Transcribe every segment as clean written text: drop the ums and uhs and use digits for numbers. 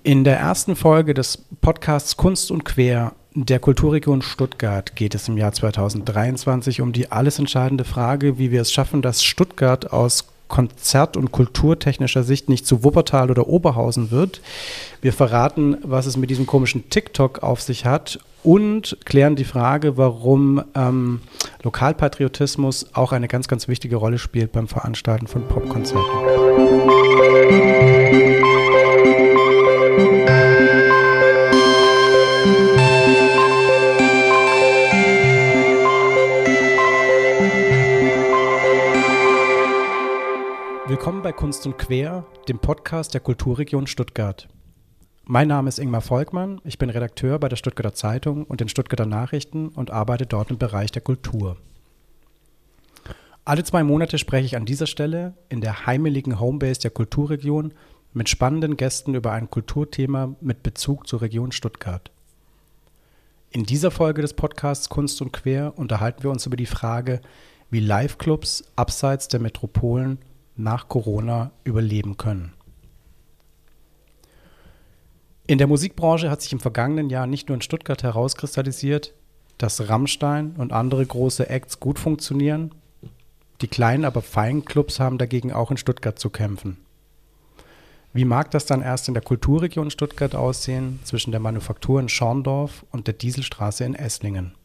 In der ersten Folge des Podcasts Kunst und Quer der Kulturregion Stuttgart geht es im Jahr 2023 um die alles entscheidende Frage, wie wir es schaffen, dass Stuttgart aus konzert- und kulturtechnischer Sicht nicht zu Wuppertal oder Oberhausen wird. Wir verraten, was es mit diesem komischen TikTok auf sich hat und klären die Frage, warum Lokalpatriotismus auch eine ganz, ganz wichtige Rolle spielt beim Veranstalten von Popkonzerten. Willkommen bei Kunst und Quer, dem Podcast der Kulturregion Stuttgart. Mein Name ist Ingmar Volkmann, ich bin Redakteur bei der Stuttgarter Zeitung und den Stuttgarter Nachrichten und arbeite dort im Bereich der Kultur. Alle 2 Monate spreche ich an dieser Stelle in der heimeligen Homebase der Kulturregion mit spannenden Gästen über ein Kulturthema mit Bezug zur Region Stuttgart. In dieser Folge des Podcasts Kunst und Quer unterhalten wir uns über die Frage, wie Live-Clubs abseits der Metropolen nach Corona überleben können. In der Musikbranche hat sich im vergangenen Jahr nicht nur in Stuttgart herauskristallisiert, dass Rammstein und andere große Acts gut funktionieren. Die kleinen, aber feinen Clubs haben dagegen auch in Stuttgart zu kämpfen. Wie mag das dann erst in der Kulturregion Stuttgart aussehen, zwischen der Manufaktur in Schorndorf und der Dieselstraße in Esslingen?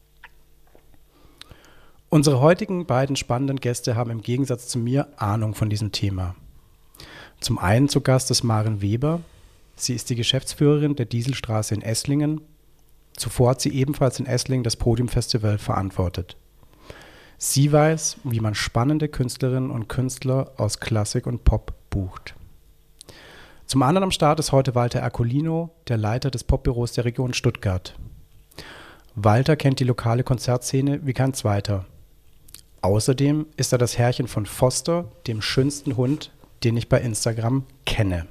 Unsere heutigen beiden spannenden Gäste haben im Gegensatz zu mir Ahnung von diesem Thema. Zum einen zu Gast ist Maren Weber. Sie ist die Geschäftsführerin der Dieselstraße in Esslingen. Zuvor hat sie ebenfalls in Esslingen das Podiumfestival verantwortet. Sie weiß, wie man spannende Künstlerinnen und Künstler aus Klassik und Pop bucht. Zum anderen am Start ist heute Walter Ercolino, der Leiter des Popbüros der Region Stuttgart. Walter kennt die lokale Konzertszene wie kein zweiter. Außerdem ist er das Herrchen von Foster, dem schönsten Hund, den ich bei Instagram kenne.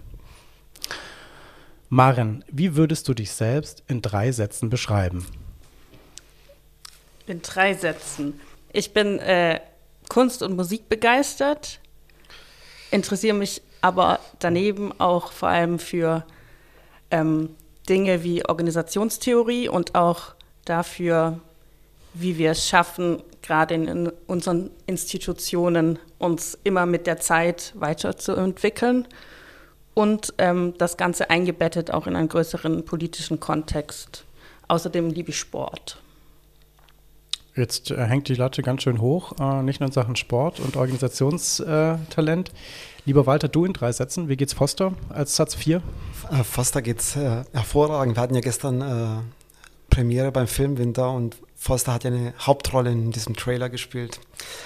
Maren, wie würdest du dich selbst in 3 Sätzen beschreiben? In 3 Sätzen. Ich bin Kunst- und Musik begeistert, interessiere mich aber daneben auch vor allem für Dinge wie Organisationstheorie und auch dafür, wie wir es schaffen, gerade in unseren Institutionen uns immer mit der Zeit weiterzuentwickeln und das Ganze eingebettet auch in einen größeren politischen Kontext. Außerdem liebe ich Sport. Jetzt hängt die Latte ganz schön hoch, nicht nur in Sachen Sport und Organisationstalent. Lieber Walter, du in 3 Sätzen, wie geht's Foster als Satz 4? Foster geht's hervorragend. Wir hatten ja gestern Premiere beim Filmwinter und Foster hat ja eine Hauptrolle in diesem Trailer gespielt.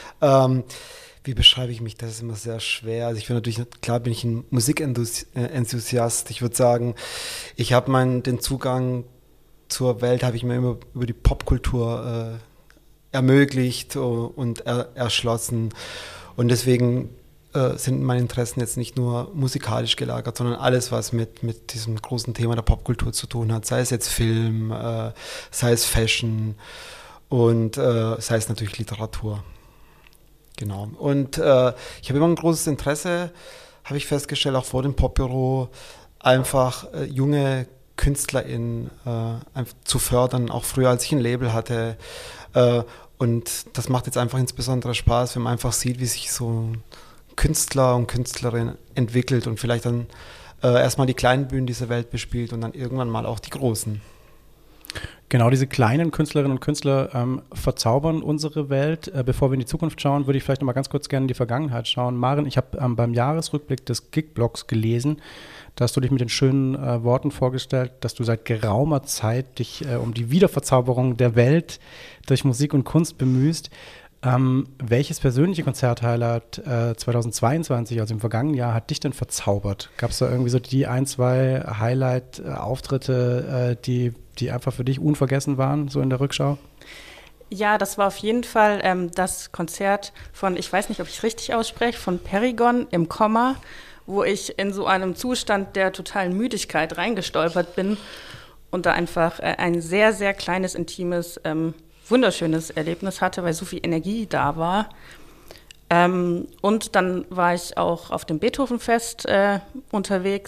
Wie beschreibe ich mich? Das ist immer sehr schwer. Also ich bin natürlich, klar bin ich ein Musikenthusiast. Ich würde sagen, ich habe den Zugang zur Welt habe ich mir immer über die Popkultur ermöglicht und erschlossen. Und deswegen sind meine Interessen jetzt nicht nur musikalisch gelagert, sondern alles, was mit diesem großen Thema der Popkultur zu tun hat. Sei es jetzt Film, sei es Fashion und sei es natürlich Literatur. Genau. Und ich habe immer ein großes Interesse, habe ich festgestellt, auch vor dem Popbüro, einfach junge KünstlerInnen zu fördern, auch früher, als ich ein Label hatte. Und das macht jetzt einfach insbesondere Spaß, wenn man einfach sieht, wie sich so ein Künstler und Künstlerin entwickelt und vielleicht dann erstmal die kleinen Bühnen dieser Welt bespielt und dann irgendwann mal auch die großen. Genau, diese kleinen Künstlerinnen und Künstler verzaubern unsere Welt. Bevor wir in die Zukunft schauen, würde ich vielleicht noch mal ganz kurz gerne in die Vergangenheit schauen. Maren, ich habe beim Jahresrückblick des Gig-Blogs gelesen, da hast du dich mit den schönen Worten vorgestellt, dass du seit geraumer Zeit dich um die Wiederverzauberung der Welt durch Musik und Kunst bemühst. Welches persönliche Konzerthighlight 2022, also im vergangenen Jahr, hat dich denn verzaubert? Gab es da irgendwie so die 1, 2 Highlight-Auftritte, die einfach für dich unvergessen waren, so in der Rückschau? Ja, das war auf jeden Fall das Konzert von, ich weiß nicht, ob ich es richtig ausspreche, von Perigon im Komma, wo ich in so einem Zustand der totalen Müdigkeit reingestolpert bin und da einfach ein sehr, sehr kleines, intimes, wunderschönes Erlebnis hatte, weil so viel Energie da war. Und dann war ich auch auf dem Beethovenfest unterwegs.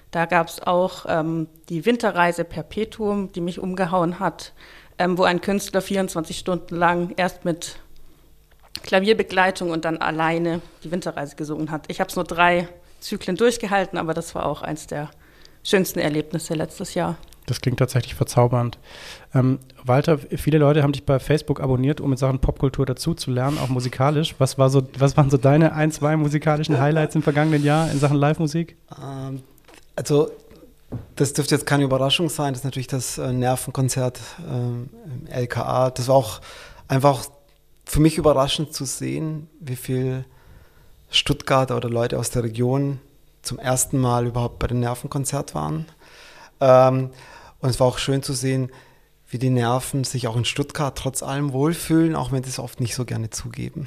Da gab es auch die Winterreise Perpetuum, die mich umgehauen hat, wo ein Künstler 24 Stunden lang erst mit Klavierbegleitung und dann alleine die Winterreise gesungen hat. Ich habe es nur 3 Zyklen durchgehalten, aber das war auch eins der schönsten Erlebnisse letztes Jahr. Das klingt tatsächlich verzaubernd. Walter, viele Leute haben dich bei Facebook abonniert, um in Sachen Popkultur dazu zu lernen, auch musikalisch. Was waren so deine 1, 2 musikalischen Highlights im vergangenen Jahr in Sachen Live-Musik? Also das dürfte jetzt keine Überraschung sein. Das ist natürlich das Nervenkonzert im LKA. Das war auch einfach für mich überraschend zu sehen, wie viel Stuttgarter oder Leute aus der Region zum ersten Mal überhaupt bei dem Nervenkonzert waren. Und es war auch schön zu sehen, wie die Nerven sich auch in Stuttgart trotz allem wohlfühlen, auch wenn sie es oft nicht so gerne zugeben.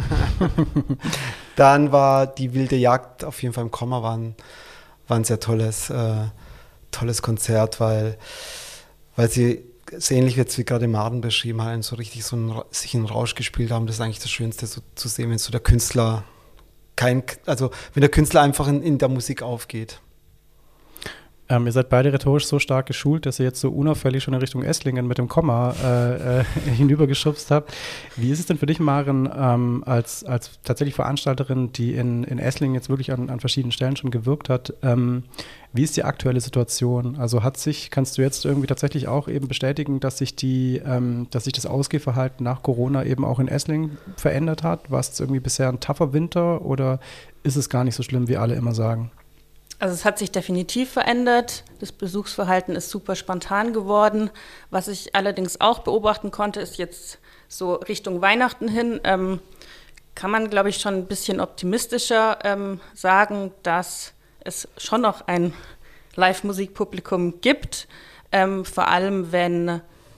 Dann war die wilde Jagd auf jeden Fall im Komma, war ein sehr tolles Konzert, weil sie so ähnlich jetzt wie gerade Marden beschrieben haben, so richtig sich einen Rausch gespielt haben. Das ist eigentlich das Schönste, so zu sehen, wenn so der Künstler wenn der Künstler einfach in der Musik aufgeht. Ihr seid beide rhetorisch so stark geschult, dass ihr jetzt so unauffällig schon in Richtung Esslingen mit dem Komma hinübergeschubst habt. Wie ist es denn für dich, Maren, als tatsächlich Veranstalterin, die in Esslingen jetzt wirklich an verschiedenen Stellen schon gewirkt hat? Wie ist die aktuelle Situation? Also kannst du jetzt irgendwie tatsächlich auch eben bestätigen, dass sich das Ausgehverhalten nach Corona eben auch in Esslingen verändert hat? War es irgendwie bisher ein tougher Winter oder ist es gar nicht so schlimm, wie alle immer sagen? Also es hat sich definitiv verändert. Das Besuchsverhalten ist super spontan geworden. Was ich allerdings auch beobachten konnte, ist jetzt so Richtung Weihnachten hin, kann man, glaube ich, schon ein bisschen optimistischer sagen, dass es schon noch ein Live-Musikpublikum gibt. Vor allem, wenn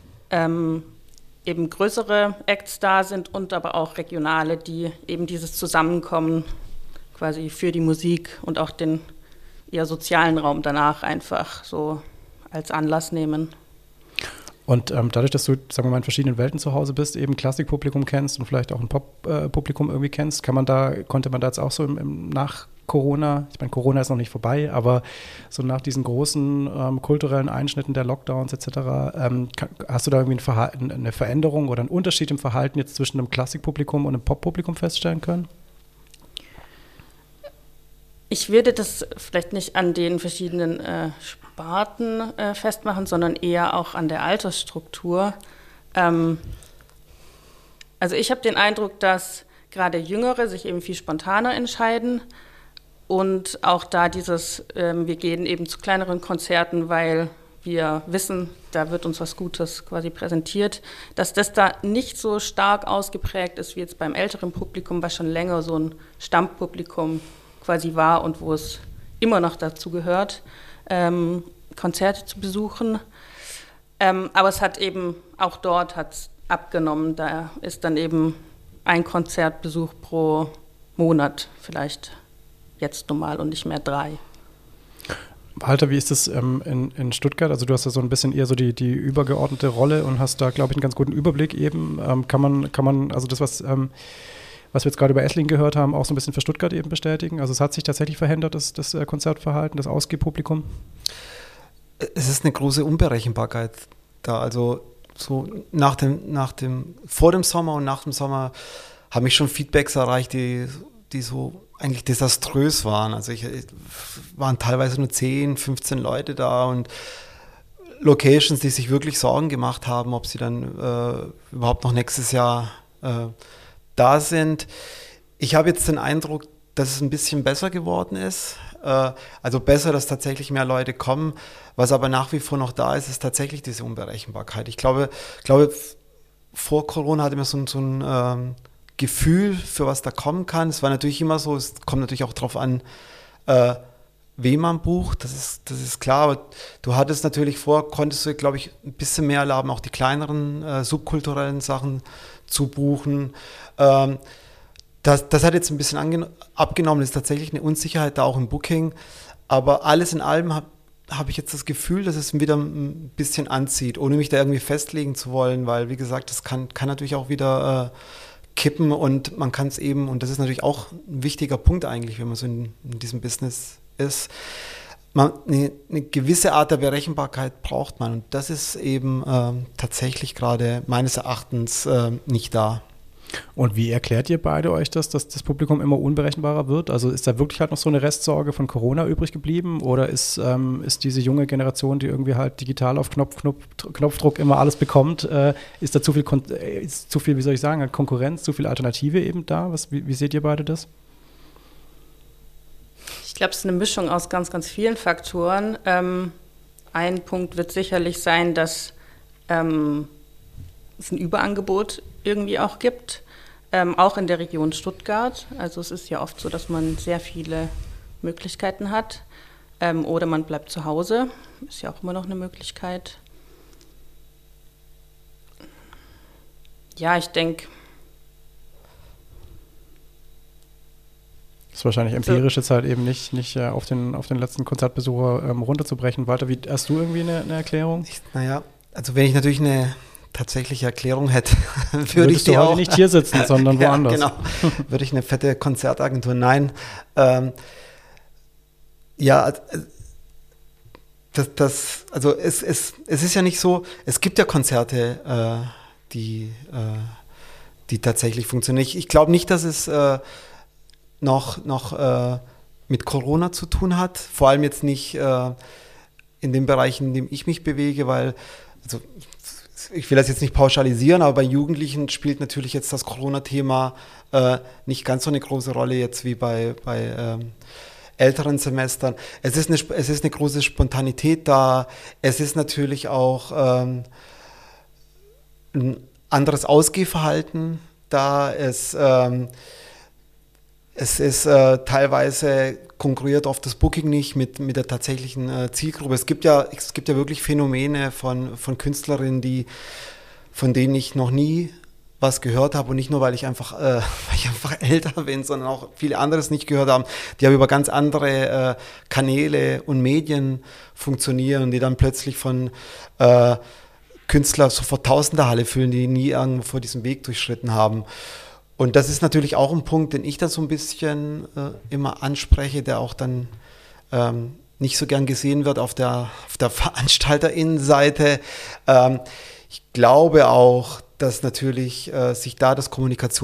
eben größere Acts da sind und aber auch regionale, die eben dieses Zusammenkommen quasi für die Musik und auch den eher sozialen Raum danach einfach so als Anlass nehmen. Und dadurch, dass du, sagen wir mal, in verschiedenen Welten zu Hause bist, eben Klassikpublikum kennst und vielleicht auch ein Pop-Publikum irgendwie kennst, konnte man da jetzt auch so nach Corona, ich meine, Corona ist noch nicht vorbei, aber so nach diesen großen kulturellen Einschnitten der Lockdowns etc., hast du da irgendwie eine Veränderung oder einen Unterschied im Verhalten jetzt zwischen einem Klassikpublikum und einem Pop-Publikum feststellen können? Ich würde das vielleicht nicht an den verschiedenen Sparten festmachen, sondern eher auch an der Altersstruktur. Also ich habe den Eindruck, dass gerade Jüngere sich eben viel spontaner entscheiden und auch da wir gehen eben zu kleineren Konzerten, weil wir wissen, da wird uns was Gutes quasi präsentiert, dass das da nicht so stark ausgeprägt ist wie jetzt beim älteren Publikum, was schon länger so ein Stammpublikum quasi war und wo es immer noch dazu gehört, Konzerte zu besuchen. Aber es hat eben, auch dort hat es abgenommen. Da ist dann eben ein Konzertbesuch pro Monat vielleicht jetzt normal und nicht mehr 3. Walter, wie ist das in Stuttgart? Also du hast ja so ein bisschen eher so die übergeordnete Rolle und hast da, glaube ich, einen ganz guten Überblick eben. Kann man, also das, was wir jetzt gerade über Esslingen gehört haben, auch so ein bisschen für Stuttgart eben bestätigen? Also es hat sich tatsächlich verändert, das Konzertverhalten, das Ausgehpublikum? Es ist eine große Unberechenbarkeit da. Also so vor dem Sommer und nach dem Sommer haben mich schon Feedbacks erreicht, die so eigentlich desaströs waren. Also waren teilweise nur 10, 15 Leute da und Locations, die sich wirklich Sorgen gemacht haben, ob sie dann überhaupt noch nächstes Jahr da sind. Ich habe jetzt den Eindruck, dass es ein bisschen besser geworden ist. Also besser, dass tatsächlich mehr Leute kommen. Was aber nach wie vor noch da ist, ist tatsächlich diese Unberechenbarkeit. Ich glaube, vor Corona hatte man so ein Gefühl, für was da kommen kann. Es war natürlich immer so, es kommt natürlich auch darauf an, wen man bucht, das ist klar. Aber du hattest natürlich konntest du, glaube ich, ein bisschen mehr erlauben, auch die kleineren subkulturellen Sachen zu buchen. Das hat jetzt ein bisschen abgenommen, das ist tatsächlich eine Unsicherheit da auch im Booking, aber alles in allem habe ich jetzt das Gefühl, dass es wieder ein bisschen anzieht, ohne mich da irgendwie festlegen zu wollen, weil, wie gesagt, das kann natürlich auch wieder kippen und man kann es eben, und das ist natürlich auch ein wichtiger Punkt eigentlich, wenn man so in diesem Business ist, eine gewisse Art der Berechenbarkeit braucht man. Und das ist eben tatsächlich gerade meines Erachtens nicht da. Und wie erklärt ihr beide euch das, dass das Publikum immer unberechenbarer wird? Also ist da wirklich halt noch so eine Restsorge von Corona übrig geblieben? Oder ist diese junge Generation, die irgendwie halt digital auf Knopfdruck immer alles bekommt, ist da zu viel, wie soll ich sagen, Konkurrenz, zu viel Alternative eben da? Wie seht ihr beide das? Ich glaube, es ist eine Mischung aus ganz, ganz vielen Faktoren. Ein Punkt wird sicherlich sein, dass es ein Überangebot irgendwie auch gibt, auch in der Region Stuttgart. Also es ist ja oft so, dass man sehr viele Möglichkeiten hat. Oder man bleibt zu Hause, ist ja auch immer noch eine Möglichkeit. Ja, ich denke, das ist wahrscheinlich empirisch jetzt halt eben nicht auf den letzten Konzertbesucher runterzubrechen. Walter, hast du irgendwie eine Erklärung? Also wenn ich natürlich eine tatsächliche Erklärung hätte, würde ich die auch nicht hier sitzen, sondern woanders. Genau. Würde ich eine fette Konzertagentur? Nein. Es ist ja nicht so, es gibt ja Konzerte, die tatsächlich funktionieren. Ich glaube nicht, dass es noch mit Corona zu tun hat, vor allem jetzt nicht in dem Bereich, in dem ich mich bewege, weil, also ich will das jetzt nicht pauschalisieren, aber bei Jugendlichen spielt natürlich jetzt das Corona-Thema nicht ganz so eine große Rolle jetzt wie bei älteren Semestern. Es ist eine große Spontanität da, es ist natürlich auch ein anderes Ausgehverhalten da, es ist teilweise konkurriert oft das Booking nicht mit der tatsächlichen Zielgruppe. Es gibt ja wirklich Phänomene von Künstlerinnen, von denen ich noch nie was gehört habe und nicht nur, weil ich einfach älter bin, sondern auch viele anderes nicht gehört haben, die aber über ganz andere Kanäle und Medien funktionieren, die dann plötzlich von Künstlern sofort Tausenderhalle füllen, die nie irgendwo vor diesem Weg durchschritten haben. Und das ist natürlich auch ein Punkt, den ich dann so ein bisschen immer anspreche, der auch dann nicht so gern gesehen wird auf der VeranstalterInnenseite. Ich glaube auch, dass natürlich sich da das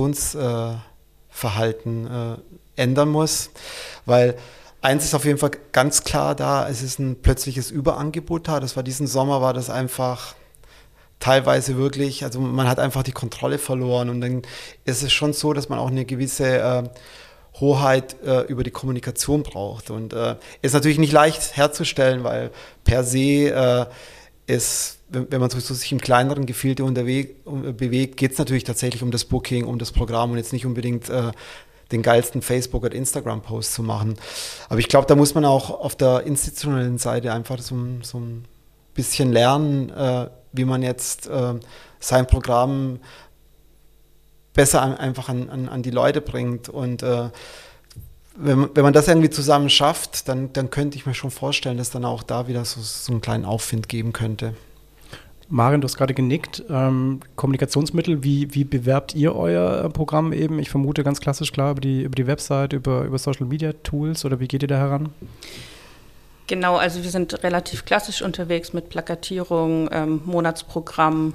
Kommunikationsverhalten ändern muss, weil eins ist auf jeden Fall ganz klar da, es ist ein plötzliches Überangebot da. Diesen Sommer war das einfach teilweise wirklich, also man hat einfach die Kontrolle verloren und dann ist es schon so, dass man auch eine gewisse Hoheit über die Kommunikation braucht und ist natürlich nicht leicht herzustellen, weil per se ist, wenn man sowieso sich im kleineren Gefilde bewegt, geht es natürlich tatsächlich um das Booking, um das Programm und jetzt nicht unbedingt den geilsten Facebook- oder Instagram-Post zu machen. Aber ich glaube, da muss man auch auf der institutionellen Seite einfach so ein bisschen lernen, wie man jetzt sein Programm besser einfach an die Leute bringt. Und wenn man das irgendwie zusammen schafft, dann könnte ich mir schon vorstellen, dass dann auch da wieder so einen kleinen Aufwind geben könnte. Maren, du hast gerade genickt. Kommunikationsmittel, wie bewerbt ihr euer Programm eben? Ich vermute ganz klassisch, klar, über die Website, über Social-Media-Tools oder wie geht ihr da heran? Genau, also wir sind relativ klassisch unterwegs mit Plakatierung, Monatsprogramm,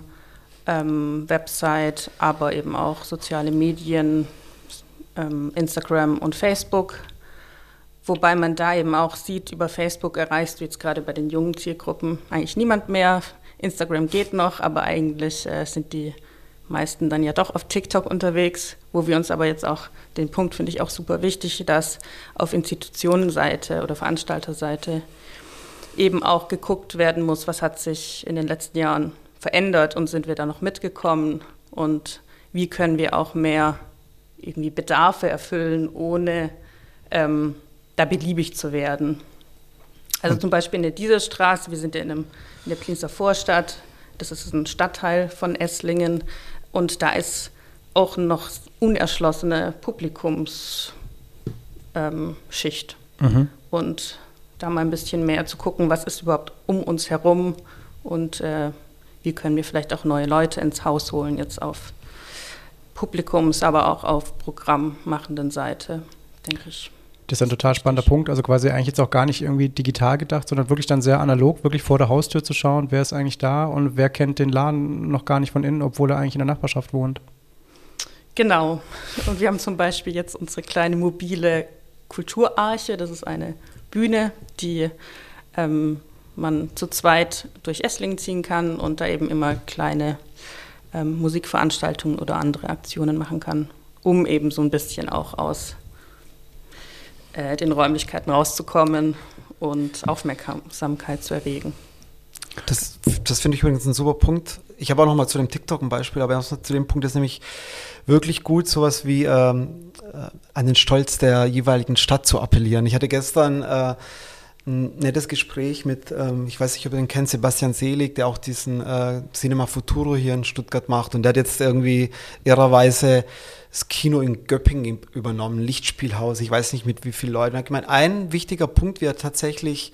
Website, aber eben auch soziale Medien, Instagram und Facebook. Wobei man da eben auch sieht, über Facebook erreichst du jetzt gerade bei den jungen Zielgruppen eigentlich niemand mehr. Instagram geht noch, aber eigentlich sind die meisten dann ja doch auf TikTok unterwegs, wo wir uns aber jetzt auch, den Punkt finde ich auch super wichtig, dass auf Institutionenseite oder Veranstalterseite eben auch geguckt werden muss, was hat sich in den letzten Jahren verändert und sind wir da noch mitgekommen und wie können wir auch mehr irgendwie Bedarfe erfüllen, ohne da beliebig zu werden. Also zum Beispiel in der Dieselstraße, wir sind ja in der Plienster Vorstadt, das ist ein Stadtteil von Esslingen und da ist auch noch unerschlossene Publikumsschicht. Und da mal ein bisschen mehr zu gucken, was ist überhaupt um uns herum und wie können wir vielleicht auch neue Leute ins Haus holen, jetzt auf Publikums-, aber auch auf programmmachenden Seite, denke ich. Das ist ein total spannender Punkt. Also quasi eigentlich jetzt auch gar nicht irgendwie digital gedacht, sondern wirklich dann sehr analog, wirklich vor der Haustür zu schauen, wer ist eigentlich da und wer kennt den Laden noch gar nicht von innen, obwohl er eigentlich in der Nachbarschaft wohnt. Genau. Und wir haben zum Beispiel jetzt unsere kleine mobile Kulturarche. Das ist eine Bühne, die man zu zweit durch Esslingen ziehen kann und da eben immer kleine Musikveranstaltungen oder andere Aktionen machen kann, um eben so ein bisschen auch aus den Räumlichkeiten rauszukommen und Aufmerksamkeit zu erregen. Das finde ich übrigens ein super Punkt. Ich habe auch noch mal zu dem TikTok ein Beispiel, aber zu dem Punkt ist nämlich wirklich gut, sowas wie an den Stolz der jeweiligen Stadt zu appellieren. Ich hatte gestern ein nettes Gespräch mit, ich weiß nicht, ob ihr den kennt, Sebastian Selig, der auch diesen Cinema Futuro hier in Stuttgart macht, und der hat jetzt irgendwie irrerweise das Kino in Göppingen übernommen, Lichtspielhaus, ich weiß nicht mit wie vielen Leuten. Er hat gemeint, ein wichtiger Punkt wäre tatsächlich,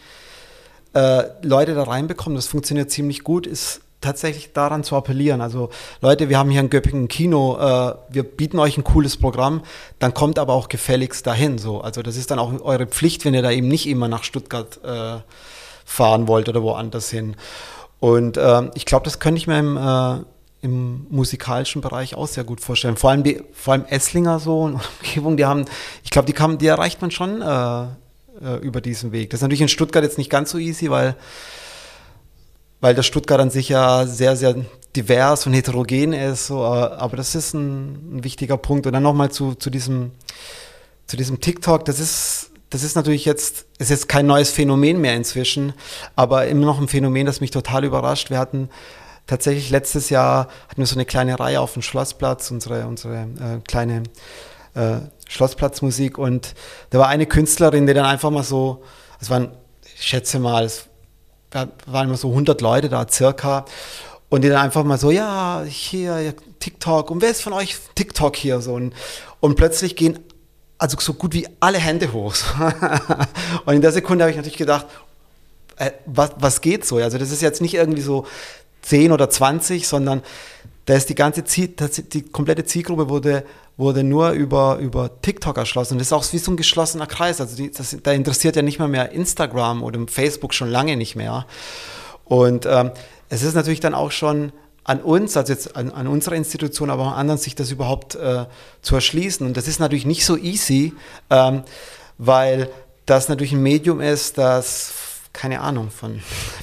Leute da reinbekommen, das funktioniert ziemlich gut, ist tatsächlich daran zu appellieren. Also Leute, wir haben hier in Göppingen ein Kino, wir bieten euch ein cooles Programm, dann kommt aber auch gefälligst dahin. So. Also das ist dann auch eure Pflicht, wenn ihr da eben nicht immer nach Stuttgart fahren wollt oder woanders hin. Und ich glaube, das könnte ich mir im musikalischen Bereich auch sehr gut vorstellen. Vor allem Esslinger so und Umgebung, die erreicht man schon über diesen Weg. Das ist natürlich in Stuttgart jetzt nicht ganz so easy, weil das Stuttgart an sich ja sehr, sehr divers und heterogen ist, so, aber das ist ein wichtiger Punkt. Und dann nochmal zu diesem TikTok, das ist natürlich ist jetzt kein neues Phänomen mehr inzwischen, aber immer noch ein Phänomen, das mich total überrascht. Wir hatten tatsächlich letztes Jahr so eine kleine Reihe auf dem Schlossplatz, unsere kleine Schlossplatzmusik, und da war eine Künstlerin, die dann einfach mal so, ich schätze mal, da waren immer so 100 Leute da circa, und die dann einfach mal so, ja, hier TikTok, und wer ist von euch TikTok hier? So, und plötzlich gehen also so gut wie alle Hände hoch. Und in der Sekunde habe ich natürlich gedacht, was geht so? Also das ist jetzt nicht irgendwie so 10 oder 20, sondern da ist die komplette Zielgruppe wurde nur über TikTok erschlossen. Und das ist auch wie so ein geschlossener Kreis. Also da interessiert ja nicht mehr Instagram oder Facebook schon lange nicht mehr. Und es ist natürlich dann auch schon an uns, also jetzt an unserer Institution, aber auch an anderen, sich das überhaupt zu erschließen. Und das ist natürlich nicht so easy, weil das natürlich ein Medium ist, das, keine Ahnung, von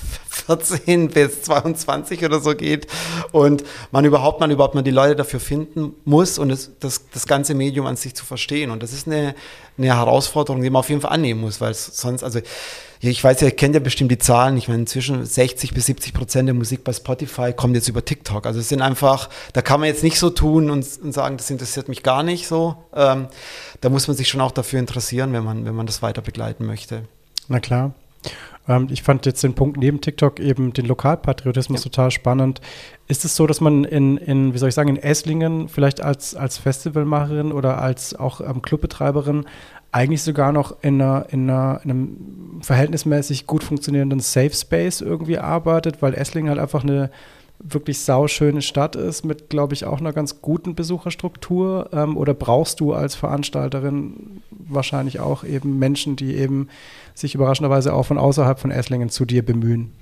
14 bis 22 oder so geht, und man überhaupt mal die Leute dafür finden muss, und das ganze Medium an sich zu verstehen. Und das ist eine Herausforderung, die man auf jeden Fall annehmen muss, weil sonst, also ich weiß ja, ihr kennt ja bestimmt die Zahlen, ich meine, inzwischen 60-70% der Musik bei Spotify kommt jetzt über TikTok. Also es sind einfach, da kann man jetzt nicht so tun und sagen, das interessiert mich gar nicht so. Da muss man sich schon auch dafür interessieren, wenn man das weiter begleiten möchte. Na klar. Ich fand jetzt den Punkt neben TikTok eben den Lokalpatriotismus total spannend. Ist es so, dass man in wie soll ich sagen, in Esslingen vielleicht als Festivalmacherin oder als auch Clubbetreiberin eigentlich sogar noch in einem verhältnismäßig gut funktionierenden Safe Space irgendwie arbeitet, weil Esslingen halt einfach eine wirklich sauschöne Stadt ist mit, glaube ich, auch einer ganz guten Besucherstruktur? Oder brauchst du als Veranstalterin wahrscheinlich auch eben Menschen, die eben sich überraschenderweise auch von außerhalb von Esslingen zu dir bemühen?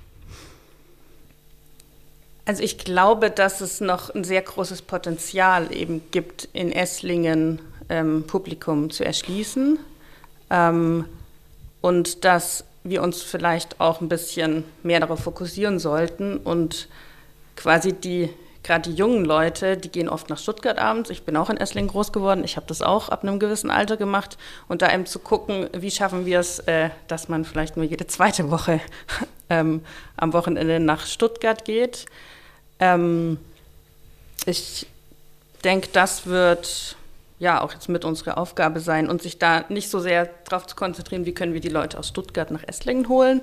Also ich glaube, dass es noch ein sehr großes Potenzial eben gibt, in Esslingen Publikum zu erschließen, und dass wir uns vielleicht auch ein bisschen mehr darauf fokussieren sollten und quasi gerade die jungen Leute, die gehen oft nach Stuttgart abends. Ich bin auch in Esslingen groß geworden. Ich habe das auch ab einem gewissen Alter gemacht. Und da eben zu gucken, wie schaffen wir es, dass man vielleicht nur jede zweite Woche am Wochenende nach Stuttgart geht. Ich denke, das wird ja auch jetzt mit unserer Aufgabe sein, und sich da nicht so sehr darauf zu konzentrieren, wie können wir die Leute aus Stuttgart nach Esslingen holen,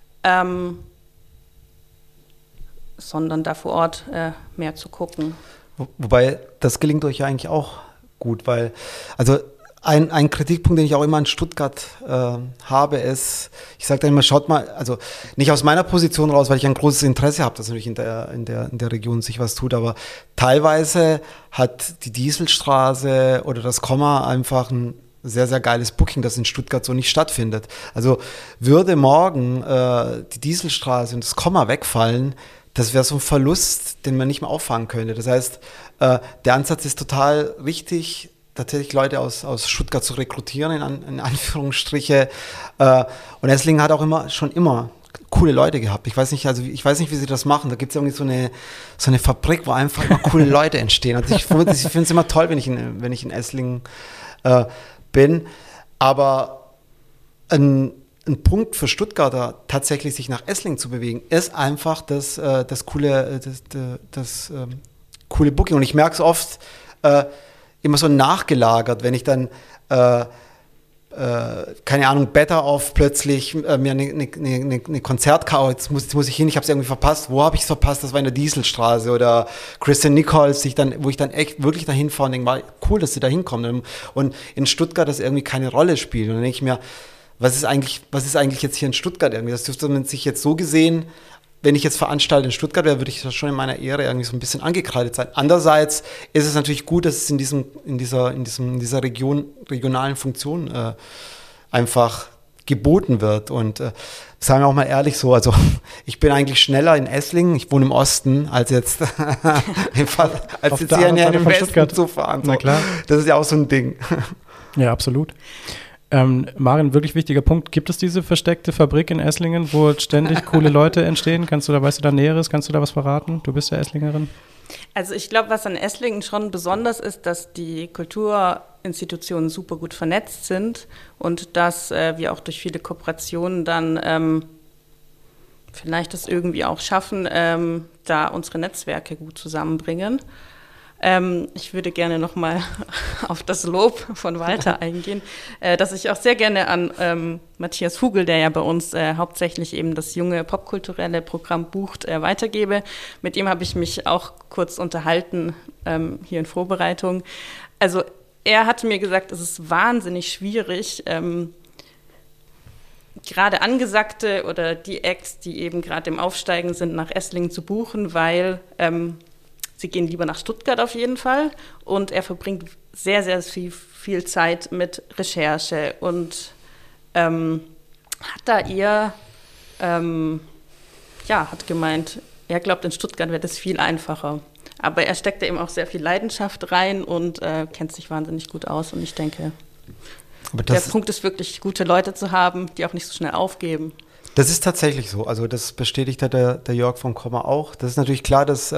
sondern da vor Ort mehr zu gucken. Wobei, das gelingt euch ja eigentlich auch gut, weil, also ein Kritikpunkt, den ich auch immer an Stuttgart habe, ist, ich sage dann immer, schaut mal, also nicht aus meiner Position raus, weil ich ein großes Interesse habe, dass natürlich in der Region sich was tut, aber teilweise hat die Dieselstraße oder das Komma einfach ein sehr, sehr geiles Booking, das in Stuttgart so nicht stattfindet. Also würde morgen die Dieselstraße und das Komma wegfallen, das wäre so ein Verlust, den man nicht mehr auffangen könnte. Das heißt, der Ansatz ist total richtig, tatsächlich Leute aus Stuttgart zu rekrutieren, in Anführungsstriche. Und Esslingen hat auch schon immer coole Leute gehabt. Ich weiß nicht, wie sie das machen. Da gibt es irgendwie so eine Fabrik, wo einfach immer coole Leute entstehen. Also ich finde es immer toll, wenn ich in Esslingen bin. Aber ein Punkt für Stuttgarter, tatsächlich sich nach Esslingen zu bewegen, ist einfach das coole Booking. Und ich merke es oft immer so nachgelagert, wenn ich dann keine Ahnung, Better Off plötzlich mir eine Konzertkarte, jetzt muss ich hin, ich habe es irgendwie verpasst. Wo habe ich es verpasst? Das war in der Dieselstraße. Oder Christian Nichols, wo ich dann echt wirklich dahin fahre und denke, war cool, dass sie da hinkommen. Und in Stuttgart das irgendwie keine Rolle spielt. Und dann denke ich mir, was ist eigentlich jetzt hier in Stuttgart irgendwie? Das dürfte man sich jetzt so gesehen, wenn ich jetzt Veranstalter in Stuttgart wäre, würde ich das schon in meiner Ehre irgendwie so ein bisschen angekreidet sein. Andererseits ist es natürlich gut, dass es in dieser regionalen Funktion einfach geboten wird. Und sagen wir auch mal ehrlich so, also ich bin eigentlich schneller in Esslingen, ich wohne im Osten, als jetzt, als jetzt hier in den Westen zu fahren. So. Na klar. Das ist ja auch so ein Ding. Ja, absolut. Maren, wirklich wichtiger Punkt. Gibt es diese versteckte Fabrik in Esslingen, wo ständig coole Leute entstehen? Weißt du da Näheres? Kannst du da was verraten? Du bist ja Esslingerin. Also ich glaube, was an Esslingen schon besonders ist, dass die Kulturinstitutionen super gut vernetzt sind und dass wir auch durch viele Kooperationen dann vielleicht das irgendwie auch schaffen, da unsere Netzwerke gut zusammenbringen. Ich würde gerne nochmal auf das Lob von Walter eingehen, dass ich auch sehr gerne an Matthias Fugel, der ja bei uns hauptsächlich eben das junge popkulturelle Programm bucht, weitergebe. Mit ihm habe ich mich auch kurz unterhalten hier in Vorbereitung. Also er hatte mir gesagt, es ist wahnsinnig schwierig, gerade Angesagte oder die Acts, die eben gerade im Aufsteigen sind, nach Esslingen zu buchen, weil sie gehen lieber nach Stuttgart auf jeden Fall und er verbringt sehr, sehr viel Zeit mit Recherche und hat da hat gemeint, er glaubt, in Stuttgart wäre das viel einfacher. Aber er steckt da eben auch sehr viel Leidenschaft rein und kennt sich wahnsinnig gut aus und ich denke, der Punkt ist wirklich, gute Leute zu haben, die auch nicht so schnell aufgeben. Das ist tatsächlich so, also das bestätigt der Jörg vom Komma auch. Das ist natürlich klar, dass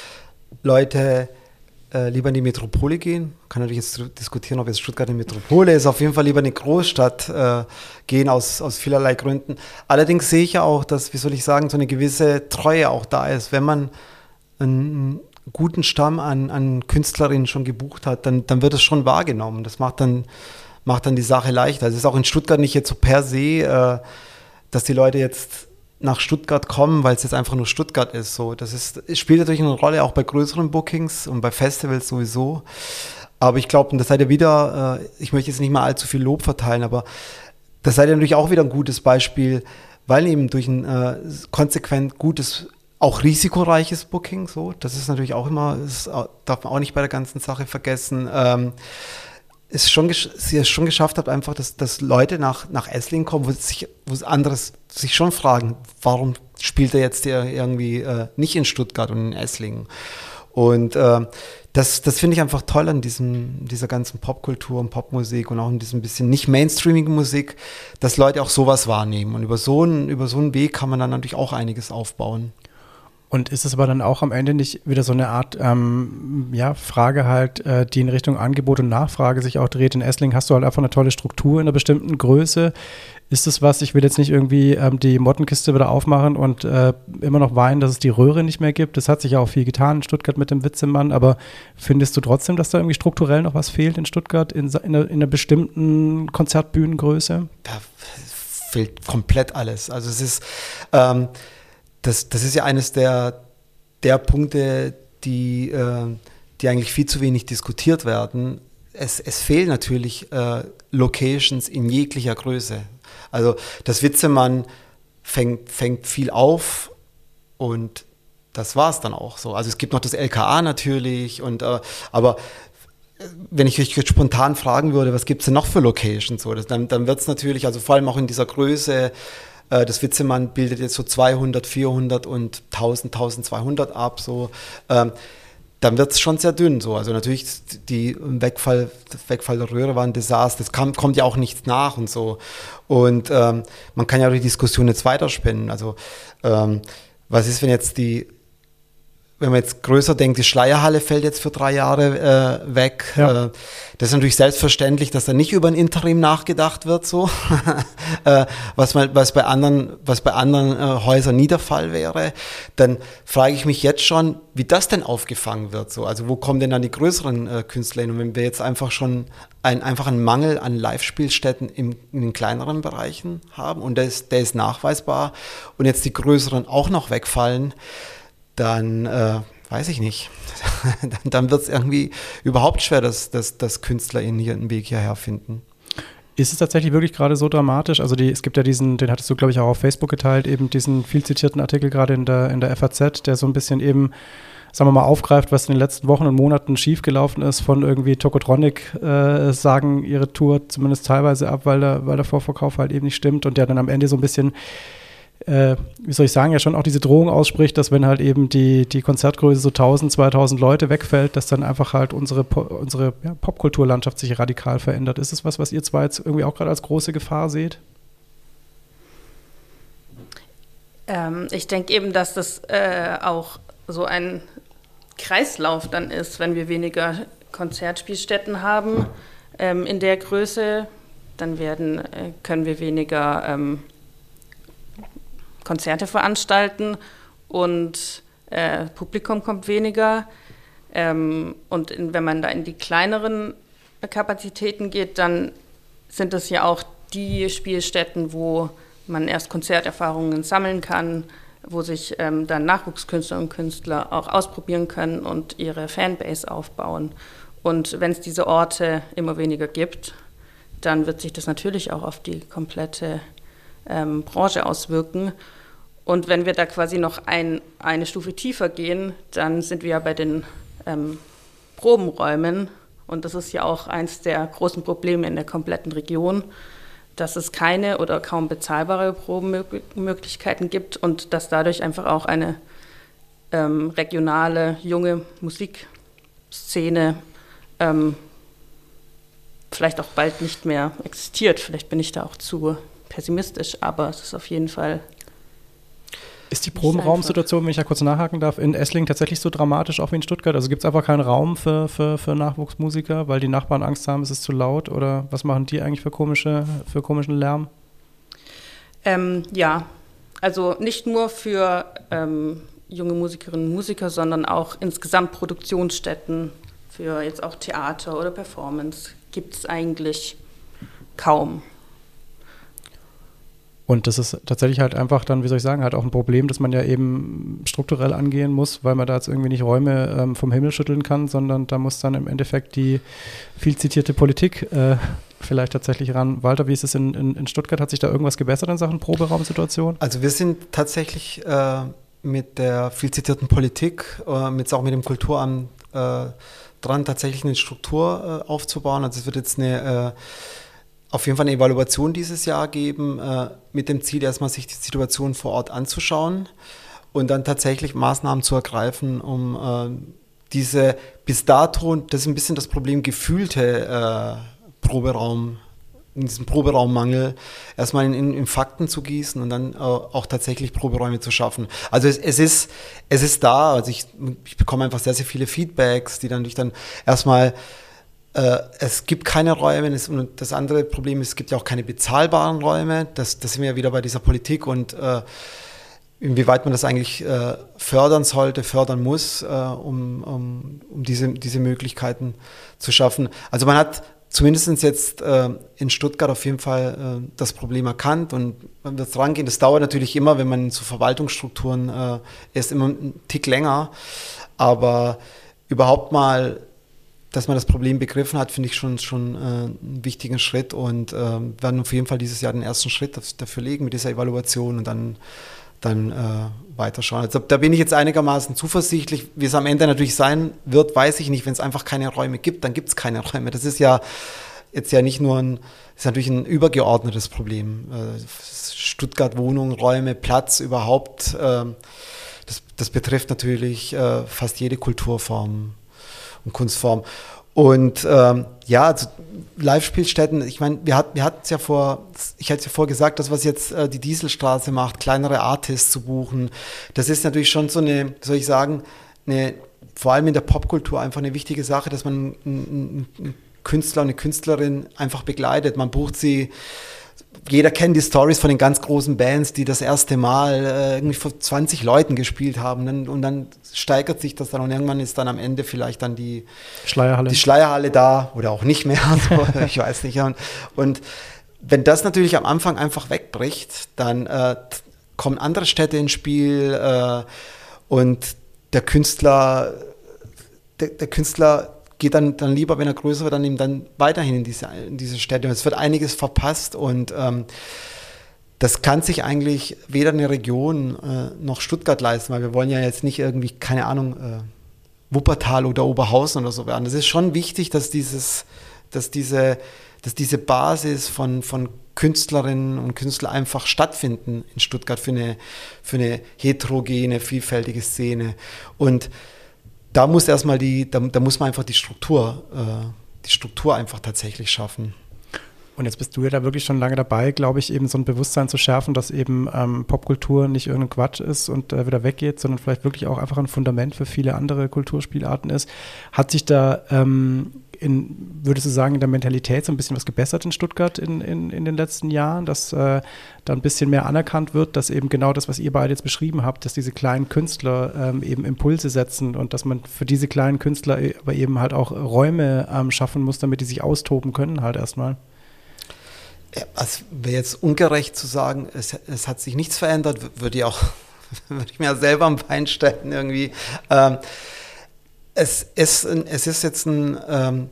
Leute lieber in die Metropole gehen. Kann natürlich jetzt diskutieren, ob jetzt Stuttgart eine Metropole ist. Auf jeden Fall lieber in eine Großstadt gehen aus vielerlei Gründen. Allerdings sehe ich ja auch, dass, wie soll ich sagen, so eine gewisse Treue auch da ist. Wenn man einen guten Stamm an Künstlerinnen schon gebucht hat, dann wird es schon wahrgenommen. Das macht dann die Sache leichter. Also es ist auch in Stuttgart nicht jetzt so per se, dass die Leute jetzt nach Stuttgart kommen, weil es jetzt einfach nur Stuttgart ist. So, es spielt natürlich eine Rolle, auch bei größeren Bookings und bei Festivals sowieso. Aber ich glaube, und das seid ihr wieder, ich möchte jetzt nicht mal allzu viel Lob verteilen, aber das seid ihr natürlich auch wieder ein gutes Beispiel, weil eben durch ein konsequent gutes, auch risikoreiches Booking, so, das ist natürlich auch immer, das darf man auch nicht bei der ganzen Sache vergessen, sie es schon geschafft hat, einfach, dass Leute nach Esslingen kommen, wo anderes sich schon fragen, warum spielt er jetzt irgendwie nicht in Stuttgart und in Esslingen? Und das finde ich einfach toll an dieser ganzen Popkultur und Popmusik und auch in diesem bisschen nicht mainstreamigen Musik, dass Leute auch sowas wahrnehmen. Und über so einen Weg kann man dann natürlich auch einiges aufbauen. Und ist es aber dann auch am Ende nicht wieder so eine Art Frage halt, die in Richtung Angebot und Nachfrage sich auch dreht? In Esslingen hast du halt einfach eine tolle Struktur in einer bestimmten Größe. Ist es was, ich will jetzt nicht irgendwie die Mottenkiste wieder aufmachen und immer noch weinen, dass es die Röhre nicht mehr gibt. Das hat sich ja auch viel getan in Stuttgart mit dem Witzemann, aber findest du trotzdem, dass da irgendwie strukturell noch was fehlt in Stuttgart in einer bestimmten Konzertbühnengröße? Da fehlt komplett alles. Also es ist das ist ja eines der Punkte, die eigentlich viel zu wenig diskutiert werden. Es fehlen natürlich Locations in jeglicher Größe. Also das Witzemann fängt viel auf und das war es dann auch so. Also es gibt noch das LKA natürlich, aber wenn ich euch jetzt spontan fragen würde, was gibt es denn noch für Locations? So, dann wird es natürlich, also vor allem auch in dieser Größe, das Witzemann bildet jetzt so 200, 400 und 1000, 1200 ab, so, dann wird es schon sehr dünn. So. Also natürlich das Wegfall der Röhre war ein Desaster, das kommt ja auch nichts nach und so. Und man kann ja auch die Diskussion jetzt weiterspinnen. Also was ist, wenn man jetzt größer denkt, die Schleierhalle fällt jetzt für 3 Jahre weg. Ja. Das ist natürlich selbstverständlich, dass da nicht über ein Interim nachgedacht wird, so. was bei anderen Häusern nie der Fall wäre. Dann frage ich mich jetzt schon, wie das denn aufgefangen wird, so. Also wo kommen denn dann die größeren Künstler hin? Und wenn wir jetzt einfach schon einen Mangel an Live-Spielstätten in den kleineren Bereichen haben und der ist nachweisbar und jetzt die größeren auch noch wegfallen, dann weiß ich nicht. Dann wird es irgendwie überhaupt schwer, dass Künstler ihren Weg hierher finden. Ist es tatsächlich wirklich gerade so dramatisch? Also es gibt ja den hattest du, glaube ich, auch auf Facebook geteilt, eben diesen viel zitierten Artikel gerade in der FAZ, der so ein bisschen eben, sagen wir mal, aufgreift, was in den letzten Wochen und Monaten schiefgelaufen ist. Von irgendwie Tokotronic sagen ihre Tour zumindest teilweise ab, weil der Vorverkauf halt eben nicht stimmt und der dann am Ende so ein bisschen wie soll ich sagen, ja schon auch diese Drohung ausspricht, dass wenn halt eben die Konzertgröße so 1000, 2000 Leute wegfällt, dass dann einfach halt unsere Popkulturlandschaft sich radikal verändert. Ist es was ihr zwei jetzt irgendwie auch gerade als große Gefahr seht? Ich denke eben, dass das auch so ein Kreislauf dann ist, wenn wir weniger Konzertspielstätten haben in der Größe, dann können wir weniger Konzerte veranstalten und Publikum kommt weniger. Und wenn man da in die kleineren Kapazitäten geht, dann sind es ja auch die Spielstätten, wo man erst Konzerterfahrungen sammeln kann, wo sich dann Nachwuchskünstler und Künstler auch ausprobieren können und ihre Fanbase aufbauen. Und wenn es diese Orte immer weniger gibt, dann wird sich das natürlich auch auf die komplette Branche auswirken. Und wenn wir da quasi noch eine Stufe tiefer gehen, dann sind wir ja bei den Probenräumen. Und das ist ja auch eins der großen Probleme in der kompletten Region, dass es keine oder kaum bezahlbare Probenmöglichkeiten gibt und dass dadurch einfach auch eine regionale, junge Musikszene vielleicht auch bald nicht mehr existiert. Vielleicht bin ich da auch zu pessimistisch, aber es ist auf jeden Fall. Ist die Probenraumsituation, wenn ich da kurz nachhaken darf, in Esslingen tatsächlich so dramatisch auch wie in Stuttgart? Also gibt es einfach keinen Raum für Nachwuchsmusiker, weil die Nachbarn Angst haben, es ist zu laut? Oder was machen die eigentlich für komischen Lärm? Ja, also nicht nur für junge Musikerinnen und Musiker, sondern auch insgesamt Produktionsstätten für jetzt auch Theater oder Performance gibt es eigentlich kaum. Und das ist tatsächlich halt einfach dann, wie soll ich sagen, halt auch ein Problem, das man ja eben strukturell angehen muss, weil man da jetzt irgendwie nicht Räume vom Himmel schütteln kann, sondern da muss dann im Endeffekt die viel zitierte Politik vielleicht tatsächlich ran. Walter, wie ist es in Stuttgart? Hat sich da irgendwas gebessert in Sachen Proberaumsituation? Also wir sind tatsächlich mit der viel zitierten Politik, auch mit dem Kulturamt dran, tatsächlich eine Struktur aufzubauen. Also es wird jetzt auf jeden Fall eine Evaluation dieses Jahr geben, mit dem Ziel, erstmal sich die Situation vor Ort anzuschauen und dann tatsächlich Maßnahmen zu ergreifen, um diese bis dato, das ist ein bisschen das Problem, gefühlte diesen Proberaummangel erstmal in Fakten zu gießen und dann auch tatsächlich Proberäume zu schaffen. Also es ist da, also ich bekomme einfach sehr, sehr viele Feedbacks, die dann erstmal es gibt keine Räume und das andere Problem ist, es gibt ja auch keine bezahlbaren Räume. Das sind wir ja wieder bei dieser Politik und inwieweit man das eigentlich fördern muss, um diese Möglichkeiten zu schaffen. Also man hat zumindest jetzt in Stuttgart auf jeden Fall das Problem erkannt und man wird rangehen. Das dauert natürlich immer, wenn man zu Verwaltungsstrukturen erst immer einen Tick länger, aber überhaupt mal, dass man das Problem begriffen hat, finde ich schon einen wichtigen Schritt und werden auf jeden Fall dieses Jahr den ersten Schritt dafür legen mit dieser Evaluation und dann dann weiterschauen. Also da bin ich jetzt einigermaßen zuversichtlich. Wie es am Ende natürlich sein wird, weiß ich nicht. Wenn es einfach keine Räume gibt, dann gibt es keine Räume. Das ist ja jetzt ja nicht nur ist natürlich ein übergeordnetes Problem. Stuttgart, Wohnungen, Räume, Platz überhaupt, das betrifft natürlich fast jede Kulturform und Kunstform. Und also Live-Spielstätten, ich meine, ich hatte es ja vorher gesagt, das, was jetzt die Dieselstraße macht, kleinere Artists zu buchen, das ist natürlich schon so eine, soll ich sagen, vor allem in der Popkultur einfach eine wichtige Sache, dass man einen Künstler und eine Künstlerin einfach begleitet. Man bucht sie. Jeder kennt die Stories von den ganz großen Bands, die das erste Mal irgendwie vor 20 Leuten gespielt haben. Und dann steigert sich das dann und irgendwann ist dann am Ende vielleicht dann die Schleierhalle da oder auch nicht mehr. So, ich weiß nicht. Und wenn das natürlich am Anfang einfach wegbricht, dann kommen andere Städte ins Spiel und der Künstler geht dann lieber, wenn er größer wird, dann eben dann weiterhin in diese Städte. Und es wird einiges verpasst und das kann sich eigentlich weder eine Region noch Stuttgart leisten, weil wir wollen ja jetzt nicht irgendwie, keine Ahnung, Wuppertal oder Oberhausen oder so werden. Es ist schon wichtig, dass diese Basis von Künstlerinnen und Künstlern einfach stattfinden in Stuttgart für eine heterogene, vielfältige Szene. Und da muss da muss man einfach die Struktur einfach tatsächlich schaffen. Und jetzt bist du ja da wirklich schon lange dabei, glaube ich, eben so ein Bewusstsein zu schärfen, dass eben Popkultur nicht irgendein Quatsch ist und wieder weggeht, sondern vielleicht wirklich auch einfach ein Fundament für viele andere Kulturspielarten ist. Hat sich da würdest du sagen, in der Mentalität so ein bisschen was gebessert in Stuttgart in den letzten Jahren, dass da ein bisschen mehr anerkannt wird, dass eben genau das, was ihr beide jetzt beschrieben habt, dass diese kleinen Künstler eben Impulse setzen und dass man für diese kleinen Künstler aber eben halt auch Räume schaffen muss, damit die sich austoben können halt erstmal? Ja, also wäre jetzt ungerecht zu sagen, es hat sich nichts verändert, würde ich mir selber am Bein stellen irgendwie. Es ist ein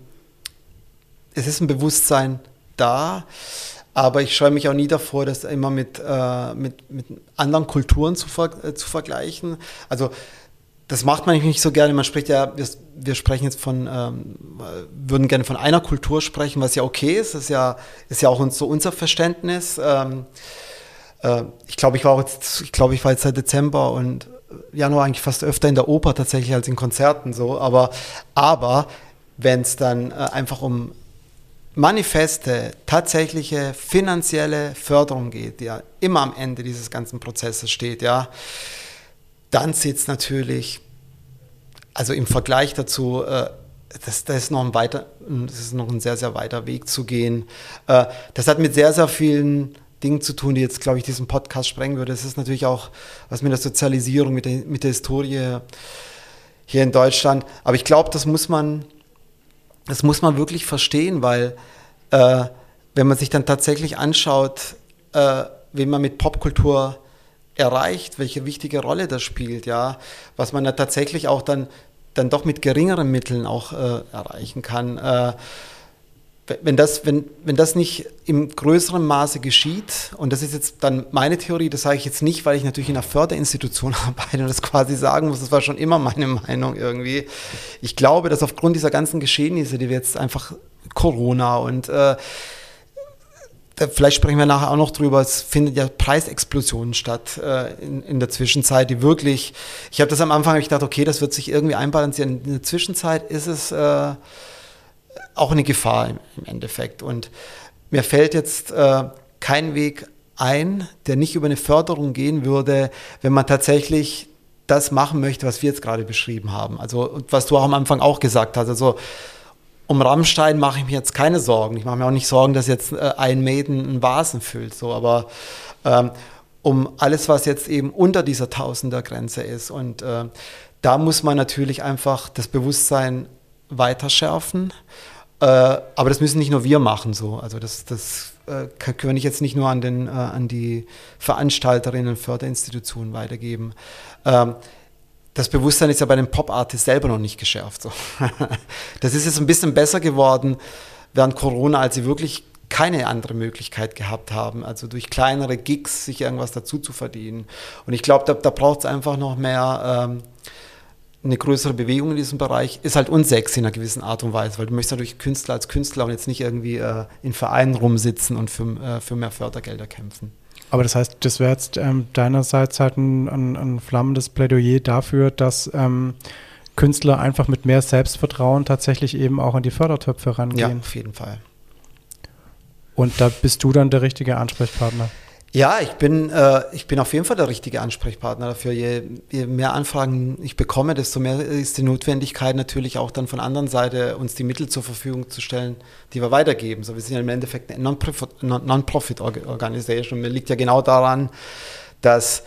Bewusstsein da, aber ich scheue mich auch nie davor, das immer mit anderen Kulturen zu vergleichen. Also das macht man nicht so gerne. Man spricht ja, wir sprechen jetzt würden gerne von einer Kultur sprechen, was ja okay ist. Das ist ja auch unser Verständnis. Ich glaube, ich war jetzt seit Dezember und Januar eigentlich fast öfter in der Oper tatsächlich als in Konzerten so. Aber wenn es dann einfach um manifeste, tatsächliche finanzielle Förderung geht, die ja immer am Ende dieses ganzen Prozesses steht, ja, dann sieht es natürlich, also im Vergleich dazu, das ist noch ein sehr, sehr weiter Weg zu gehen. Das hat mit sehr, sehr vielen Dingen zu tun, die jetzt, glaube ich, diesen Podcast sprengen würde. Es ist natürlich auch was mit der Sozialisierung, mit der Historie hier in Deutschland. Aber ich glaube, das muss man wirklich verstehen, weil wenn man sich dann tatsächlich anschaut, wen man mit Popkultur erreicht, welche wichtige Rolle das spielt, ja, was man da tatsächlich auch dann doch mit geringeren Mitteln auch erreichen kann. Wenn das nicht im größeren Maße geschieht, und das ist jetzt dann meine Theorie, das sage ich jetzt nicht, weil ich natürlich in einer Förderinstitution arbeite und das quasi sagen muss, das war schon immer meine Meinung irgendwie. Ich glaube, dass aufgrund dieser ganzen Geschehnisse, die wir jetzt einfach Corona und vielleicht sprechen wir nachher auch noch drüber, es findet ja Preisexplosionen statt in der Zwischenzeit, die wirklich, ich habe das am Anfang gedacht, okay, das wird sich irgendwie einbalancieren. In der Zwischenzeit ist es auch eine Gefahr im Endeffekt. Und mir fällt jetzt kein Weg ein, der nicht über eine Förderung gehen würde, wenn man tatsächlich das machen möchte, was wir jetzt gerade beschrieben haben. Also, und was du auch am Anfang auch gesagt hast, also um Rammstein mache ich mir jetzt keine Sorgen. Ich mache mir auch nicht Sorgen, dass jetzt Iron Maiden einen Vasen füllt. So. Aber um alles, was jetzt eben unter dieser Tausendergrenze ist. Und da muss man natürlich einfach das Bewusstsein weiter schärfen. Aber das müssen nicht nur wir machen. So. Also das können wir jetzt nicht nur an die Veranstalterinnen und Förderinstitutionen weitergeben. Das Bewusstsein ist ja bei den Pop-Artists selber noch nicht geschärft. So. Das ist jetzt ein bisschen besser geworden während Corona, als sie wirklich keine andere Möglichkeit gehabt haben, also durch kleinere Gigs sich irgendwas dazu zu verdienen. Und ich glaube, da braucht es einfach noch mehr eine größere Bewegung in diesem Bereich. Ist halt unsexy in einer gewissen Art und Weise, weil du möchtest natürlich Künstler als Künstler und jetzt nicht irgendwie in Vereinen rumsitzen und für mehr Fördergelder kämpfen. Aber das heißt, das wäre jetzt deinerseits halt ein flammendes Plädoyer dafür, dass Künstler einfach mit mehr Selbstvertrauen tatsächlich eben auch an die Fördertöpfe rangehen. Ja, auf jeden Fall. Und da bist du dann der richtige Ansprechpartner? Ja, ich bin auf jeden Fall der richtige Ansprechpartner dafür. Je mehr Anfragen ich bekomme, desto mehr ist die Notwendigkeit natürlich auch dann von anderen Seite, uns die Mittel zur Verfügung zu stellen, die wir weitergeben. So, wir sind ja im Endeffekt eine Non-Profit-Organisation. Mir liegt ja genau daran, dass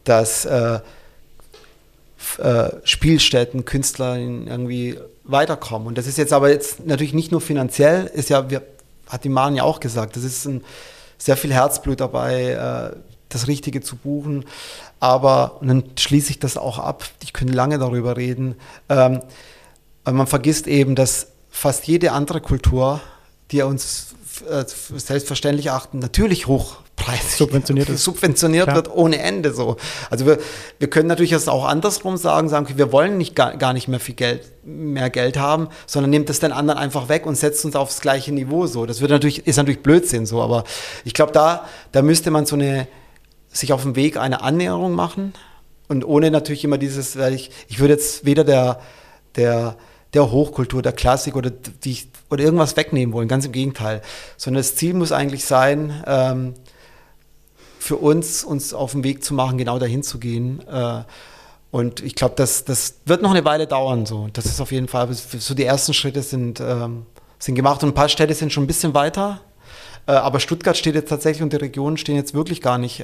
Spielstätten, Künstler irgendwie weiterkommen. Und das ist jetzt aber natürlich nicht nur finanziell, hat die Maren ja auch gesagt, das ist sehr viel Herzblut dabei, das Richtige zu buchen. Aber, und dann schließe ich das auch ab, ich könnte lange darüber reden, aber man vergisst eben, dass fast jede andere Kultur, die uns selbstverständlich achten, natürlich hochpreisig subventioniert wird ohne Ende so. Also wir können natürlich das auch andersrum sagen, okay, wir wollen gar nicht mehr mehr Geld haben, sondern nehmt das den anderen einfach weg und setzt uns aufs gleiche Niveau so. Das ist natürlich Blödsinn so, aber ich glaube, da müsste man sich auf den Weg eine Annäherung machen und ohne natürlich immer dieses, weil ich würde jetzt weder der Hochkultur, der Klassik oder irgendwas wegnehmen wollen, ganz im Gegenteil. Sondern das Ziel muss eigentlich sein, für uns auf den Weg zu machen, genau dahin zu gehen. Und ich glaube, das wird noch eine Weile dauern. So. Das ist auf jeden Fall, so die ersten Schritte sind gemacht und ein paar Städte sind schon ein bisschen weiter. Aber Stuttgart steht jetzt tatsächlich und die Regionen stehen jetzt wirklich gar nicht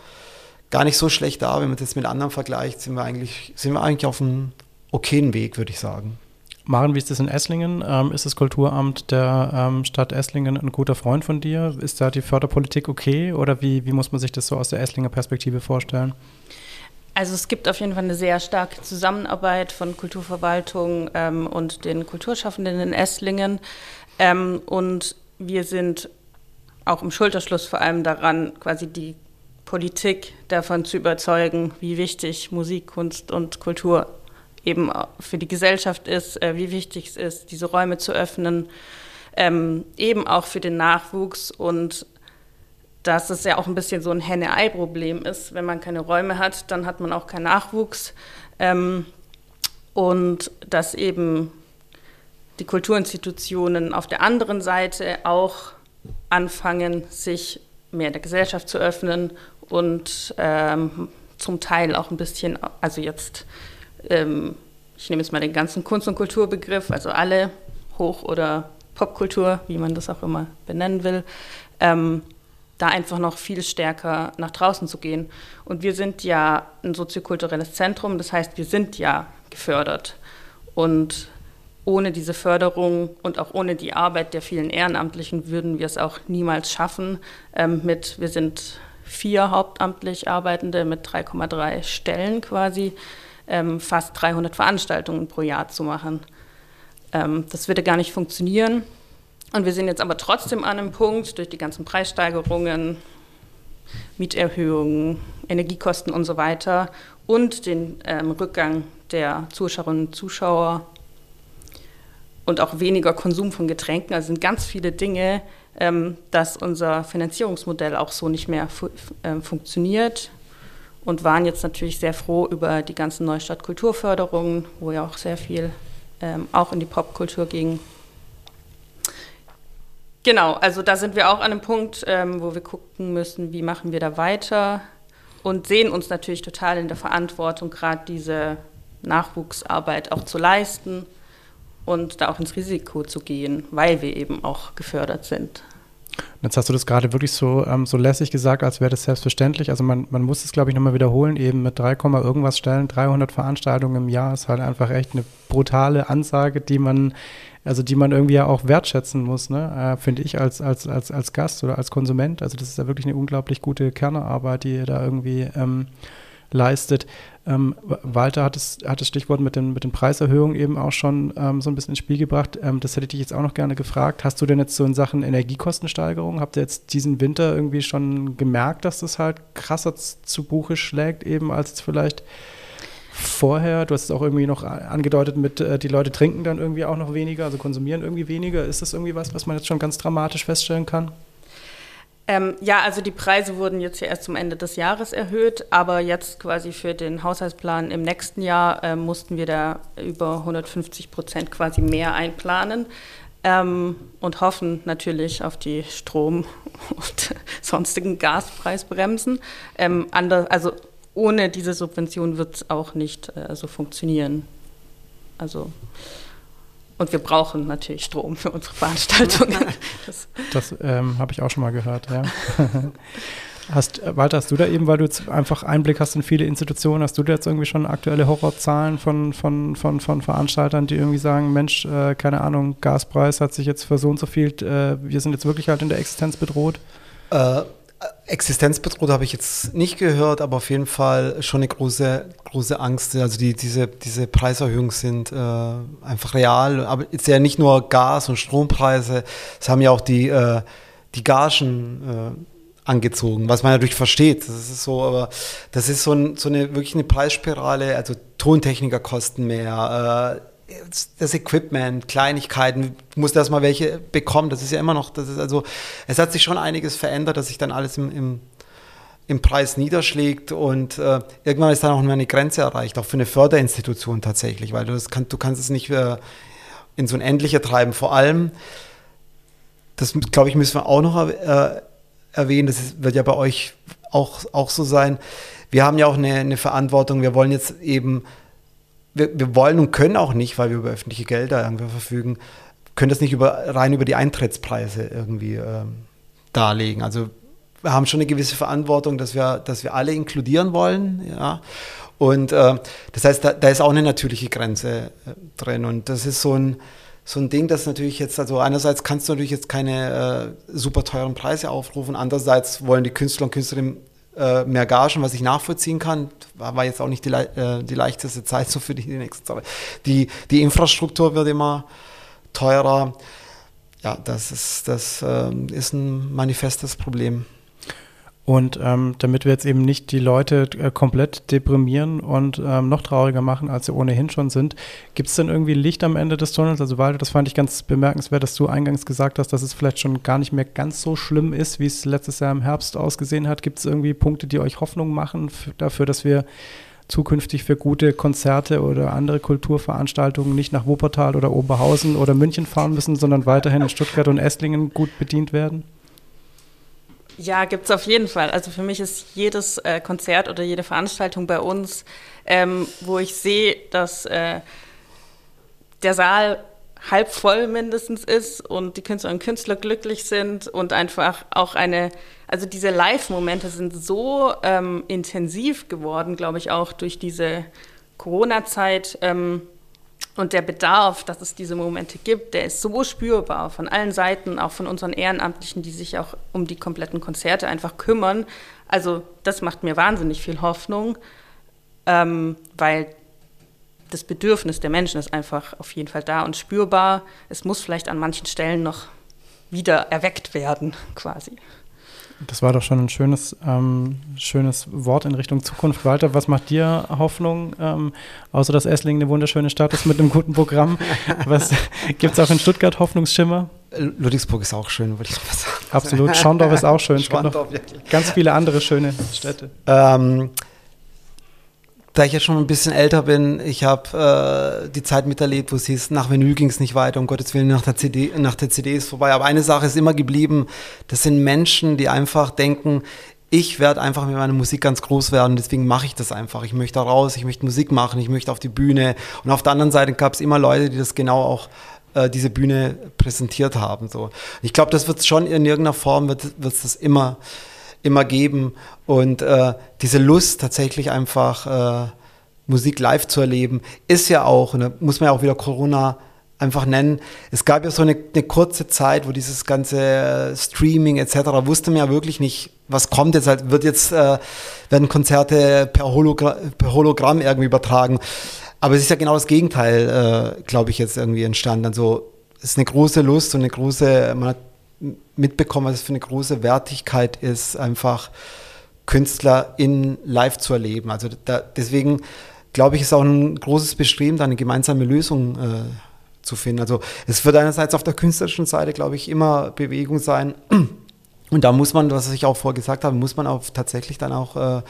so schlecht da. Wenn man das mit anderen vergleicht, sind wir eigentlich auf einem okayen Weg, würde ich sagen. Maren, wie ist das in Esslingen? Ist das Kulturamt der Stadt Esslingen ein guter Freund von dir? Ist da die Förderpolitik okay oder wie muss man sich das so aus der Esslinger Perspektive vorstellen? Also es gibt auf jeden Fall eine sehr starke Zusammenarbeit von Kulturverwaltung und den Kulturschaffenden in Esslingen. Und wir sind auch im Schulterschluss vor allem daran, quasi die Politik davon zu überzeugen, wie wichtig Musik, Kunst und Kultur eben für die Gesellschaft ist, wie wichtig es ist, diese Räume zu öffnen, eben auch für den Nachwuchs und dass es ja auch ein bisschen so ein Henne-Ei-Problem ist. Wenn man keine Räume hat, dann hat man auch keinen Nachwuchs und dass eben die Kulturinstitutionen auf der anderen Seite auch anfangen, sich mehr der Gesellschaft zu öffnen und zum Teil auch ein bisschen, also jetzt ich nehme jetzt mal den ganzen Kunst- und Kulturbegriff, also alle Hoch- oder Popkultur, wie man das auch immer benennen will, da einfach noch viel stärker nach draußen zu gehen. Und wir sind ja ein soziokulturelles Zentrum, das heißt, wir sind ja gefördert. Und ohne diese Förderung und auch ohne die Arbeit der vielen Ehrenamtlichen würden wir es auch niemals schaffen. Wir sind 4 hauptamtlich Arbeitende mit 3,3 Stellen quasi, fast 300 Veranstaltungen pro Jahr zu machen. Das würde gar nicht funktionieren. Und wir sind jetzt aber trotzdem an einem Punkt, durch die ganzen Preissteigerungen, Mieterhöhungen, Energiekosten und so weiter und den Rückgang der Zuschauerinnen und Zuschauer und auch weniger Konsum von Getränken. Also sind ganz viele Dinge, dass unser Finanzierungsmodell auch so nicht mehr funktioniert. Und waren jetzt natürlich sehr froh über die ganzen Neustadt-Kulturförderungen, wo ja auch sehr viel auch in die Popkultur ging. Genau, also da sind wir auch an einem Punkt, wo wir gucken müssen, wie machen wir da weiter und sehen uns natürlich total in der Verantwortung, gerade diese Nachwuchsarbeit auch zu leisten und da auch ins Risiko zu gehen, weil wir eben auch gefördert sind. Jetzt hast du das gerade wirklich so lässig gesagt, als wäre das selbstverständlich. Also man muss es, glaube ich, nochmal wiederholen, eben mit 3, irgendwas Stellen, 300 Veranstaltungen im Jahr ist halt einfach echt eine brutale Ansage, die man irgendwie ja auch wertschätzen muss, ne? Finde ich als Gast oder als Konsument. Also das ist ja wirklich eine unglaublich gute Kernerarbeit, die ihr da irgendwie leistet. Walter hat das Stichwort mit den Preiserhöhungen eben auch schon so ein bisschen ins Spiel gebracht. Das hätte ich dich jetzt auch noch gerne gefragt. Hast du denn jetzt so in Sachen Energiekostensteigerung, habt ihr jetzt diesen Winter irgendwie schon gemerkt, dass das halt krasser zu Buche schlägt, eben als jetzt vielleicht vorher? Du hast es auch irgendwie noch angedeutet die Leute trinken dann irgendwie auch noch weniger, also konsumieren irgendwie weniger. Ist das irgendwie was man jetzt schon ganz dramatisch feststellen kann? Ja, also die Preise wurden jetzt ja erst zum Ende des Jahres erhöht, aber jetzt quasi für den Haushaltsplan im nächsten Jahr mussten wir da über 150% quasi mehr einplanen und hoffen natürlich auf die Strom- und sonstigen Gaspreisbremsen. Also ohne diese Subvention wird es auch nicht so funktionieren. Also und wir brauchen natürlich Strom für unsere Veranstaltungen. Das habe ich auch schon mal gehört, ja. Walter, hast du da eben, weil du jetzt einfach Einblick hast in viele Institutionen, hast du da jetzt irgendwie schon aktuelle Horrorzahlen von Veranstaltern, die irgendwie sagen, Mensch, keine Ahnung, Gaspreis hat sich jetzt für so und so viel, wir sind jetzt wirklich halt in der Existenz bedroht? Existenzbedroht habe ich jetzt nicht gehört, aber auf jeden Fall schon eine große Angst. Also diese Preiserhöhungen sind einfach real. Aber es ist ja nicht nur Gas- und Strompreise, es haben ja auch die Gagen angezogen, was man natürlich versteht. Das ist so, aber das ist wirklich eine Preisspirale. Also Tontechniker kosten mehr, das Equipment, Kleinigkeiten, du musst erstmal welche bekommen, das ist ja immer noch, es hat sich schon einiges verändert, dass sich dann alles im Preis niederschlägt und irgendwann ist dann auch mal eine Grenze erreicht, auch für eine Förderinstitution tatsächlich, weil du kannst es nicht ins Unendliche treiben, vor allem, das glaube ich, müssen wir auch noch erwähnen, wird ja bei euch auch so sein, wir haben ja auch eine Verantwortung, wir wollen jetzt eben wir wollen und können auch nicht, weil wir über öffentliche Gelder irgendwie verfügen, können das nicht rein über die Eintrittspreise irgendwie darlegen. Also wir haben schon eine gewisse Verantwortung, dass wir alle inkludieren wollen, ja. Und das heißt, da ist auch eine natürliche Grenze drin. Und das ist so ein Ding, das natürlich jetzt, also einerseits kannst du natürlich jetzt keine super teuren Preise aufrufen, andererseits wollen die Künstler und Künstlerinnen mehr Gagen, was ich nachvollziehen kann, war jetzt auch nicht die leichteste Zeit so für die nächsten Jahre. Die Infrastruktur wird immer teurer. Ja, das ist ein manifestes Problem. Und damit wir jetzt eben nicht die Leute komplett deprimieren und noch trauriger machen, als sie ohnehin schon sind, gibt es denn irgendwie Licht am Ende des Tunnels? Also Walter, das fand ich ganz bemerkenswert, dass du eingangs gesagt hast, dass es vielleicht schon gar nicht mehr ganz so schlimm ist, wie es letztes Jahr im Herbst ausgesehen hat. Gibt es irgendwie Punkte, die euch Hoffnung machen dafür, dass wir zukünftig für gute Konzerte oder andere Kulturveranstaltungen nicht nach Wuppertal oder Oberhausen oder München fahren müssen, sondern weiterhin in Stuttgart und Esslingen gut bedient werden? Ja, gibt es auf jeden Fall. Also für mich ist jedes Konzert oder jede Veranstaltung bei uns, wo ich sehe, dass der Saal halb voll mindestens ist und die Künstlerinnen und Künstler glücklich sind und einfach auch also diese Live-Momente sind so intensiv geworden, glaube ich, auch durch diese Corona-Zeit. Und der Bedarf, dass es diese Momente gibt, der ist so spürbar von allen Seiten, auch von unseren Ehrenamtlichen, die sich auch um die kompletten Konzerte einfach kümmern. Also das macht mir wahnsinnig viel Hoffnung, weil das Bedürfnis der Menschen ist einfach auf jeden Fall da und spürbar. Es muss vielleicht an manchen Stellen noch wieder erweckt werden, quasi. Das war doch schon ein schönes Wort in Richtung Zukunft. Walter, was macht dir Hoffnung? Außer dass Esslingen eine wunderschöne Stadt ist mit einem guten Programm. Gibt es auch in Stuttgart Hoffnungsschimmer? Ludwigsburg ist auch schön, würde ich mal sagen. Absolut, Schorndorf ist auch schön. Es gibt noch ganz viele andere schöne Städte. Da ich ja schon ein bisschen älter bin, ich habe die Zeit miterlebt, wo es hieß, nach Vinyl ging es nicht weiter, um Gottes Willen, nach der CD ist vorbei. Aber eine Sache ist immer geblieben, das sind Menschen, die einfach denken, ich werde einfach mit meiner Musik ganz groß werden, deswegen mache ich das einfach. Ich möchte da raus, ich möchte Musik machen, ich möchte auf die Bühne. Und auf der anderen Seite gab es immer Leute, die das genau auch diese Bühne präsentiert haben. So. Ich glaube, das wird es schon in irgendeiner Form, wird es das immer geben und diese Lust tatsächlich einfach Musik live zu erleben, ist ja auch, und da muss man ja auch wieder Corona einfach nennen. Es gab ja so eine kurze Zeit, wo dieses ganze Streaming etc. wusste man ja wirklich nicht, was kommt jetzt. Halt, werden Konzerte per Hologramm irgendwie übertragen. Aber es ist ja genau das Gegenteil, glaube ich, jetzt irgendwie entstanden. Also es ist eine große Lust und man hat mitbekommen, was es für eine große Wertigkeit ist, einfach Künstler live zu erleben. Also deswegen glaube ich, ist auch ein großes Bestreben, da eine gemeinsame Lösung zu finden. Also es wird einerseits auf der künstlerischen Seite, glaube ich, immer Bewegung sein. Und da muss man, was ich auch vorher gesagt habe, muss man auch tatsächlich dann auch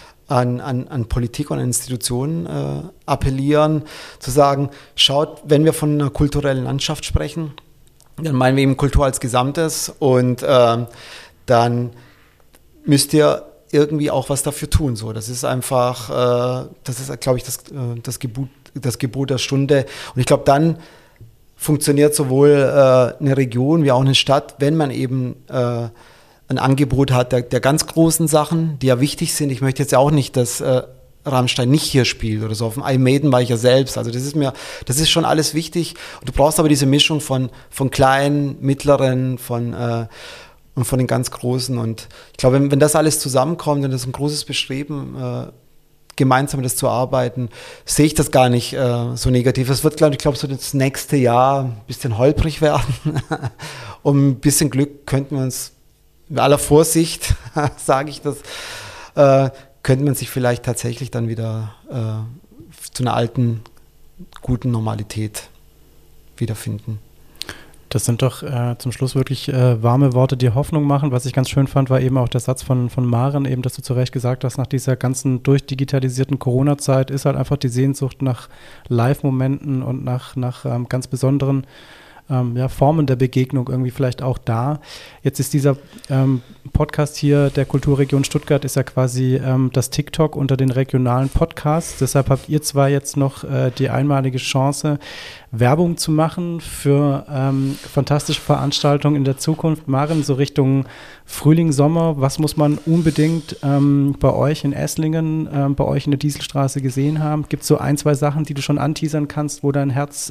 an Politik und an Institutionen appellieren, zu sagen, schaut, wenn wir von einer kulturellen Landschaft sprechen, dann meinen wir eben Kultur als Gesamtes und dann müsst ihr irgendwie auch was dafür tun. So, das ist einfach, das ist, glaube ich, das Gebot der Stunde. Und ich glaube, dann funktioniert sowohl eine Region wie auch eine Stadt, wenn man eben ein Angebot hat der ganz großen Sachen, die ja wichtig sind. Ich möchte jetzt ja auch nicht, dass Rammstein nicht hier spielt oder so. Auf dem Iron Maiden war ich ja selbst. Also das ist schon alles wichtig. Und du brauchst aber diese Mischung von kleinen, mittleren, und von den ganz Großen. Und ich glaube, wenn das alles zusammenkommt und das ist ein großes Bestreben, gemeinsam das zu arbeiten, sehe ich das gar nicht so negativ. Es wird, glaube ich, so das nächste Jahr ein bisschen holprig werden. Um ein bisschen Glück könnten wir uns, in aller Vorsicht, sage ich das, könnte man sich vielleicht tatsächlich dann wieder zu einer alten, guten Normalität wiederfinden. Das sind doch zum Schluss wirklich warme Worte, die Hoffnung machen. Was ich ganz schön fand, war eben auch der Satz von Maren, eben, dass du zu Recht gesagt hast, nach dieser ganzen durchdigitalisierten Corona-Zeit ist halt einfach die Sehnsucht nach Live-Momenten und nach ganz besonderen Formen der Begegnung irgendwie vielleicht auch da. Jetzt ist dieser Podcast hier der Kulturregion Stuttgart ist ja quasi das TikTok unter den regionalen Podcasts. Deshalb habt ihr zwei jetzt noch die einmalige Chance, Werbung zu machen für fantastische Veranstaltungen in der Zukunft. Maren, so Richtung Frühling, Sommer, was muss man unbedingt bei euch in Esslingen, bei euch in der Dieselstraße gesehen haben? Gibt es so 1, 2 Sachen, die du schon anteasern kannst, wo dein Herz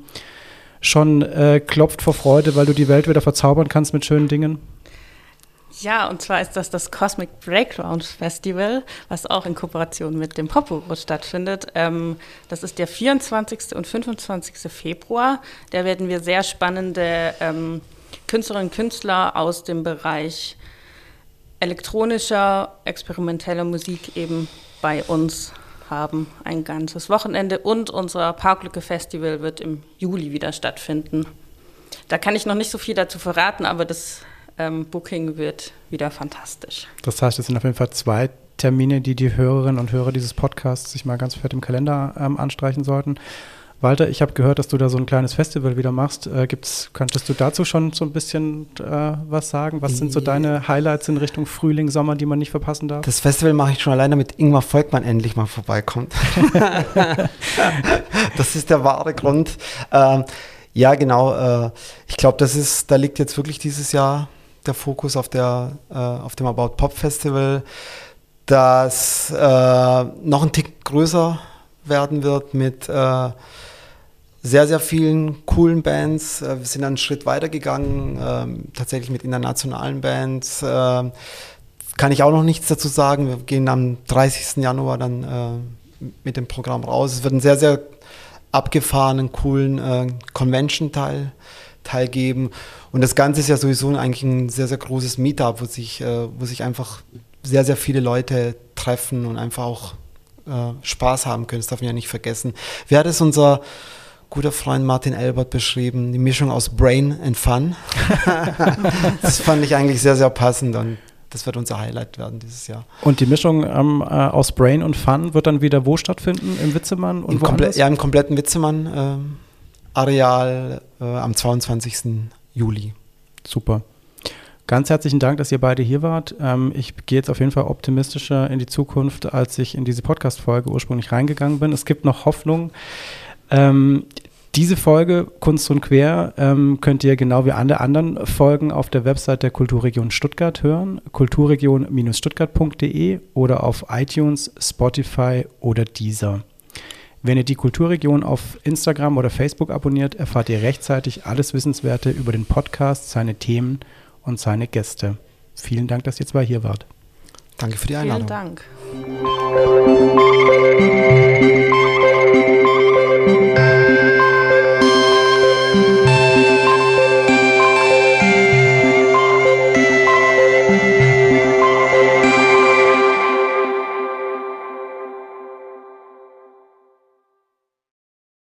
schon klopft vor Freude, weil du die Welt wieder verzaubern kannst mit schönen Dingen? Ja, und zwar ist das Cosmic Breakground Festival, was auch in Kooperation mit dem Popuro stattfindet. Das ist der 24. und 25. Februar. Da werden wir sehr spannende Künstlerinnen und Künstler aus dem Bereich elektronischer, experimenteller Musik eben bei uns haben, ein ganzes Wochenende, und unser Parklücke-Festival wird im Juli wieder stattfinden. Da kann ich noch nicht so viel dazu verraten, aber das Booking wird wieder fantastisch. Das heißt, es sind auf jeden Fall 2 Termine, die Hörerinnen und Hörer dieses Podcasts sich mal ganz fett im Kalender anstreichen sollten. Walter, ich habe gehört, dass du da so ein kleines Festival wieder machst. Könntest du dazu schon so ein bisschen was sagen? Was sind so deine Highlights in Richtung Frühling, Sommer, die man nicht verpassen darf? Das Festival mache ich schon alleine, damit Ingmar Volkmann endlich mal vorbeikommt. Das ist der wahre Grund. Ja, genau. Ich glaube, da liegt jetzt wirklich dieses Jahr der Fokus auf dem About Pop Festival, das noch ein Tick größer werden wird mit sehr, sehr vielen coolen Bands. Wir sind einen Schritt weiter gegangen, tatsächlich mit internationalen Bands. Kann ich auch noch nichts dazu sagen. Wir gehen am 30. Januar dann mit dem Programm raus. Es wird einen sehr, sehr abgefahrenen, coolen Convention-Teil geben. Und das Ganze ist ja sowieso eigentlich ein sehr, sehr großes Meetup, wo sich einfach sehr, sehr viele Leute treffen und einfach auch Spaß haben können. Das darf man ja nicht vergessen. Wie hat es unser guter Freund Martin Elbert beschrieben? Die Mischung aus Brain and Fun. Das fand ich eigentlich sehr, sehr passend und das wird unser Highlight werden dieses Jahr. Und die Mischung aus Brain und Fun wird dann wieder wo stattfinden? Im Witzemann und woanders? Ja, im kompletten Witzemann-Areal am 22. Juli. Super. Ganz herzlichen Dank, dass ihr beide hier wart. Ich gehe jetzt auf jeden Fall optimistischer in die Zukunft, als ich in diese Podcast-Folge ursprünglich reingegangen bin. Es gibt noch Hoffnung. Diese Folge Kunst und Quer könnt ihr genau wie alle anderen Folgen auf der Website der Kulturregion Stuttgart hören, kulturregion-stuttgart.de oder auf iTunes, Spotify oder Deezer. Wenn ihr die Kulturregion auf Instagram oder Facebook abonniert, erfahrt ihr rechtzeitig alles Wissenswerte über den Podcast, seine Themen und seine Gäste. Vielen Dank, dass ihr zwei hier wart. Danke für die Einladung. Vielen Dank.